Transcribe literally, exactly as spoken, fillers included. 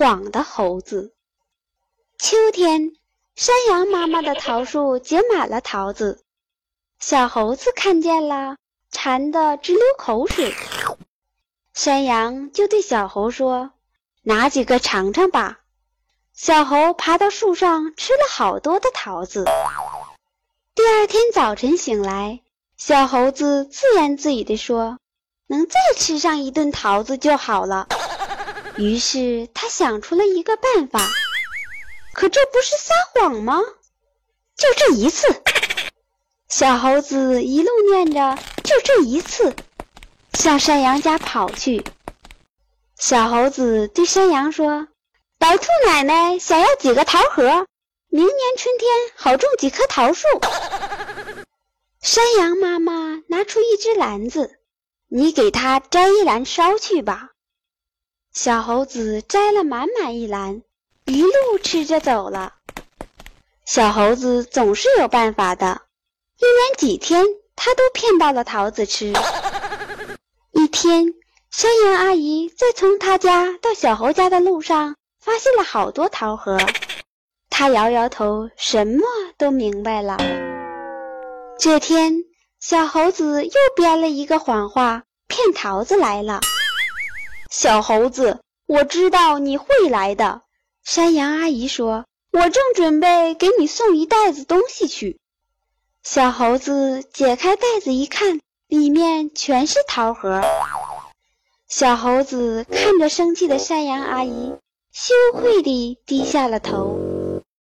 谎的猴子。秋天，山羊妈妈的桃树结满了桃子，小猴子看见了，馋得直流口水。山羊就对小猴说：“拿几个尝尝吧。”小猴爬到树上吃了好多的桃子。第二天早晨醒来，小猴子自言自语地说：“能再吃上一顿桃子就好了。”于是他想出了一个办法，可这不是撒谎吗？就这一次。小猴子一路念着就这一次，向山羊家跑去。小猴子对山羊说：“白兔奶奶想要几个桃核，明年春天好种几棵桃树。”山羊妈妈拿出一只篮子：“你给它摘一篮梢去吧。”小猴子摘了满满一篮，一路吃着走了。小猴子总是有办法的，一连几天他都骗到了桃子吃。一天，山羊阿姨在从他家到小猴家的路上发现了好多桃核，她摇摇头，什么都明白了。这天，小猴子又编了一个谎话，骗桃子来了。小猴子，我知道你会来的。山羊阿姨说，我正准备给你送一袋子东西去。小猴子解开袋子一看，里面全是桃核。小猴子看着生气的山羊阿姨，羞愧地低下了头。